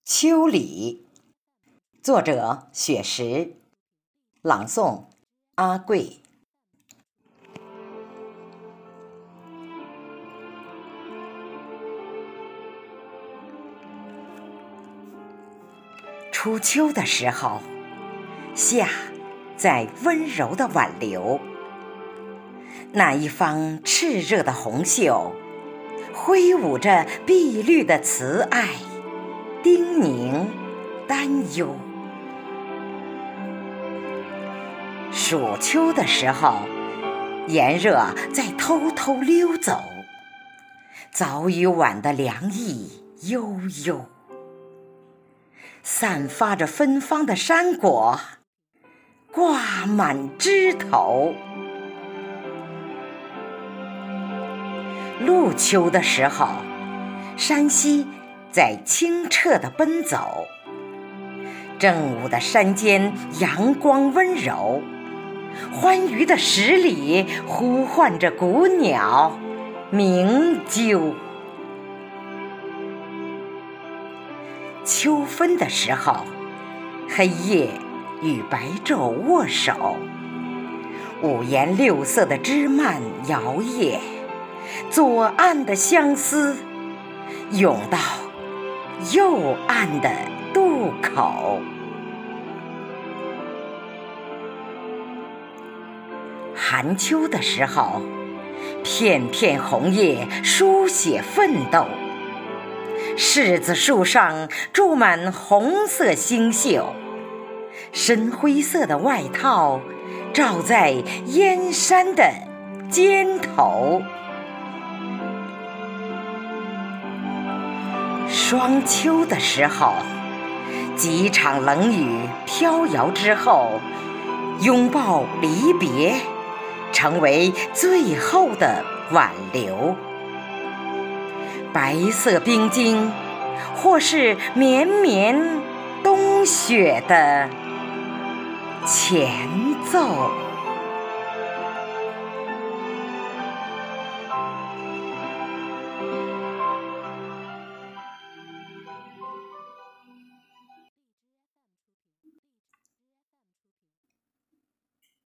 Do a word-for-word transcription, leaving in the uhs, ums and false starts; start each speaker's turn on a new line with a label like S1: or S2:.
S1: 秋里，作者雪石，朗诵阿贵。初秋的时候，夏在温柔地挽留，那一方炽热的红袖，挥舞着碧绿的慈爱，叮咛担忧。暑秋的时候，炎热在偷偷溜走，早已晚的凉意悠悠，散发着芬芳的山果挂满枝头。入秋的时候，山溪在清澈地奔走，正午的山间阳光温柔，欢愉的十里呼唤着古鸟鸣啾。秋分的时候，黑夜与白昼握手，五颜六色的枝蔓摇曳，左岸的相思涌到右岸的渡口。寒秋的时候，片片红叶书写奋斗，柿子树上住满红色星宿，深灰色的外套罩在燕山的肩头。霜秋的时候，几场冷雨飘摇之后，拥抱离别成为最后的挽留。白色冰晶或是绵绵冬雪的前奏。